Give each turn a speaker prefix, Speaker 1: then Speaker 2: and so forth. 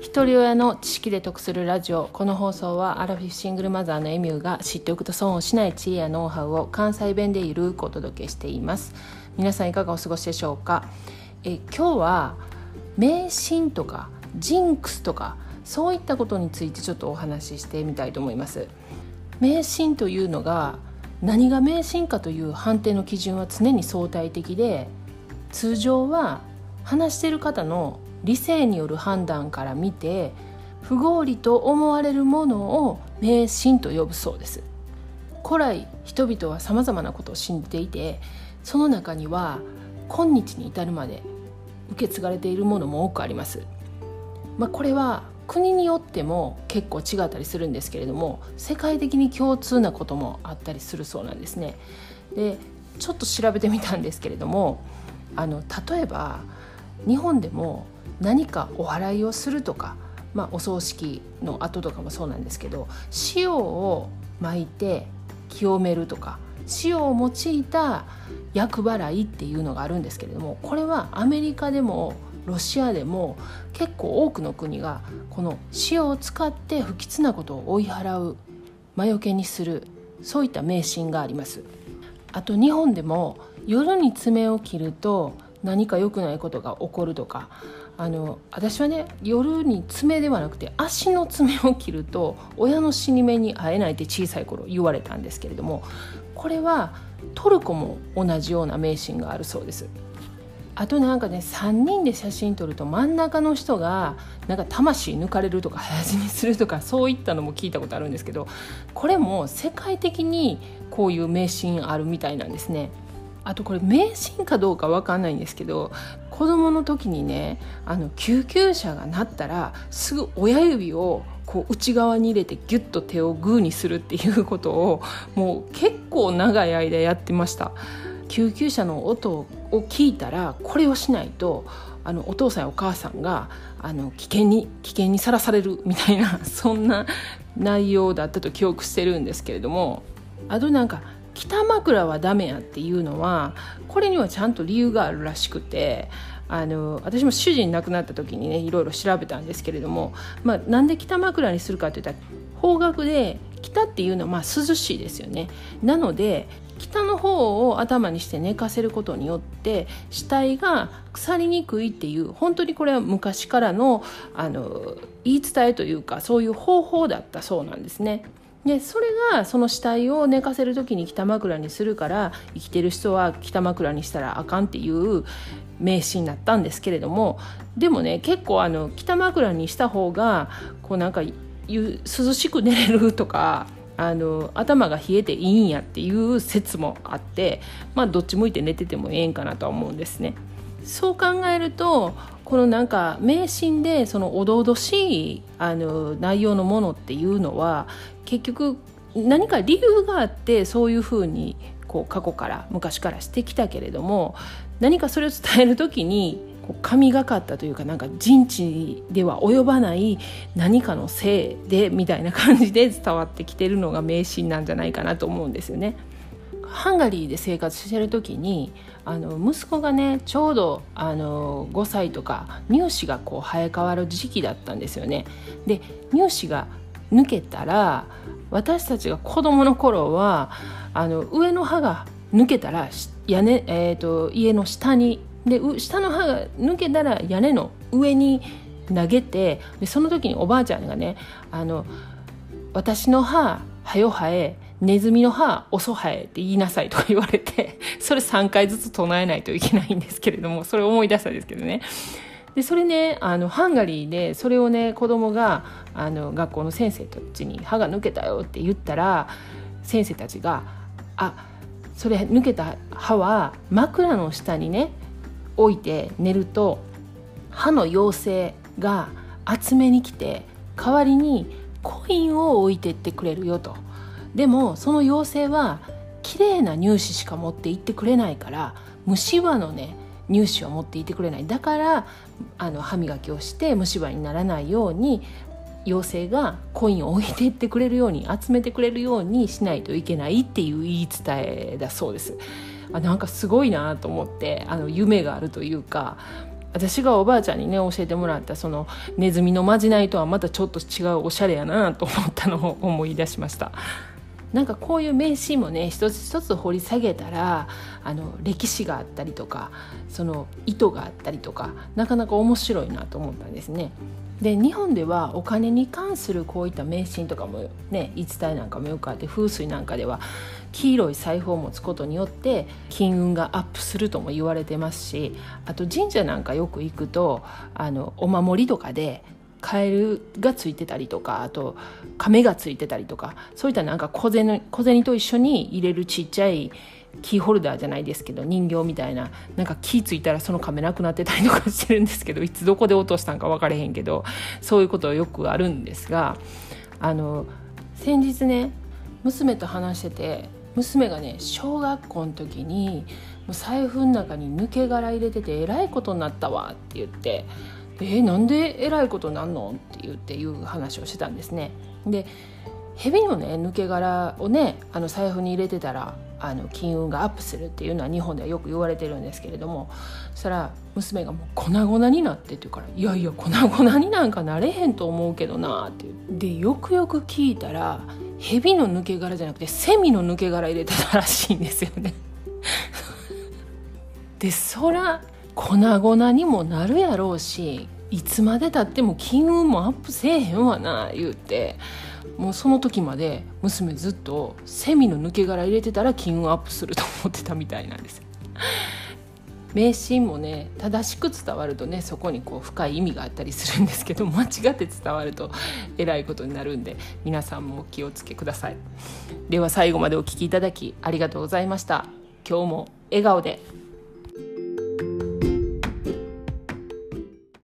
Speaker 1: 一人親の知識で得するラジオ。この放送はアラフィフシングルマザーのエミューが知っておくと損をしない知恵やノウハウを関西弁でゆるくお届けしています。皆さんいかがお過ごしでしょうか。今日は迷信とかジンクスとかそういったことについてちょっとお話ししてみたいと思います。迷信というのが何が迷信かという判定の基準は常に相対的で、通常は話している方の理性による判断から見て不合理と思われるものを迷信と呼ぶそうです。古来人々はさまざまなことを信じていて、その中には今日に至るまで受け継がれているものも多くあります。これは国によっても結構違ったりするんですけれども、世界的に共通なこともあったりするそうなんですね。で、ちょっと調べてみたんですけれども、例えば日本でも何かお祓いをするとか、お葬式の後とかもそうなんですけど、塩を撒いて清めるとか、塩を用いた厄払いっていうのがあるんですけれども、これはアメリカでもロシアでも結構多くの国がこの塩を使って不吉なことを追い払う、魔除けにする、そういった迷信があります。あと日本でも夜に爪を切ると何か良くないことが起こるとか、私はね、夜に爪ではなくて足の爪を切ると親の死に目に会えないって小さい頃言われたんですけれども、これはトルコも同じような迷信があるそうです。あと3人で写真撮ると真ん中の人が魂抜かれるとか早死にするとか、そういったのも聞いたことあるんですけど、これも世界的にこういう迷信あるみたいなんですね。あとこれ迷信かどうか分かんないんですけど、子供の時にね、救急車が鳴ったらすぐ親指をこう内側に入れてギュッと手をグーにするっていうことをもう結構長い間やってました。救急車の音を聞いたらこれをしないとお父さんやお母さんが危険にさらされるみたいな、そんな内容だったと記憶してるんですけれども、あと北枕はダメやっていうのは、これにはちゃんと理由があるらしくて、私も主人亡くなった時にね、いろいろ調べたんですけれども、なんで北枕にするかといったら、方角で北っていうのは涼しいですよね。なので北の方を頭にして寝かせることによって死体が腐りにくいっていう、本当にこれは昔からの言い伝えというか、そういう方法だったそうなんですね。でそれがその死体を寝かせる時に北枕にするから、生きてる人は北枕にしたらあかんっていう迷信だったんですけれども、でもね、結構北枕にした方がこう涼しく寝れるとか、頭が冷えていいんやっていう説もあって、どっち向いて寝ててもええんかなとは思うんですね。そう考えると、この迷信でそのおどおどしい内容のものっていうのは結局何か理由があってそういうふうにこう過去から昔からしてきたけれども、何かそれを伝えるときに神がかったというか、人知では及ばない何かのせいでみたいな感じで伝わってきてるのが迷信なんじゃないかなと思うんですよね。ハンガリーで生活してる時に息子がね、ちょうど5歳とか乳歯がこう生え変わる時期だったんですよね。で乳歯が抜けたら、私たちが子供の頃は上の歯が抜けたら家の下にで、下の歯が抜けたら屋根の上に投げて、でその時におばあちゃんがね、私の歯はよ生え、ネズミの歯遅生えって言いなさいとか言われて、それ3回ずつ唱えないといけないんですけれども、それを思い出したんですけどね。でそれね、ハンガリーでそれをね、子供が学校の先生たちに歯が抜けたよって言ったら、先生たちがそれ抜けた歯は枕の下にね置いて寝ると歯の妖精が集めに来て代わりにコインを置いてってくれるよと。でもその妖精は綺麗な乳歯しか持って行ってくれないから、虫歯のね乳歯を持っていてくれない。だから歯磨きをして虫歯にならないように妖精がコインを置いていってくれるように、集めてくれるようにしないといけないっていう言い伝えだそうです。すごいなと思って、夢があるというか、 私がおばあちゃんにね教えてもらったそのネズミのまじないとはまたちょっと違うおしゃれやなと思ったのを思い出しました。なんかこういう名シーンもね一つ一つ掘り下げたら歴史があったりとかその意図があったりとかなかなか面白いなと思ったんですね。で日本ではお金に関するこういった迷信とかもね言い伝えなんかもよくあって、風水なんかでは黄色い財布を持つことによって金運がアップするとも言われてますし、あと神社なんかよく行くとお守りとかでカエルがついてたりとか、あと亀がついてたりとか、そういったなんか小銭と一緒に入れるちっちゃいキーホルダーじゃないですけど人形みたいな、なんか気ついたらその亀なくなってたりとかしてるんですけど、いつどこで落としたんか分かれへんけど、そういうことよくあるんですが、先日ね娘と話してて、娘がね小学校の時にもう財布の中に抜け殻入れててえらいことになったわって言って、なんでえらいことになんのって言っていう話をしてたんですね。で蛇のね抜け殻をね財布に入れてたら金運がアップするっていうのは日本ではよく言われてるんですけれども、そしたら娘がもう粉々になってって言うから、いやいや粉々になんかなれへんと思うけどなって言って、でよくよく聞いたら蛇の抜け殻じゃなくてセミの抜け殻入れてたらしいんですよねでそら粉々にもなるやろうし、いつまでたっても金運もアップせえへんわな言うて、もうその時まで娘ずっとセミの抜け殻入れてたら金運アップすると思ってたみたいなんです迷信もね正しく伝わるとねそこにこう深い意味があったりするんですけど、間違って伝わるとえらいことになるんで皆さんもお気をつけください。では最後までお聞きいただきありがとうございました。今日も笑顔で。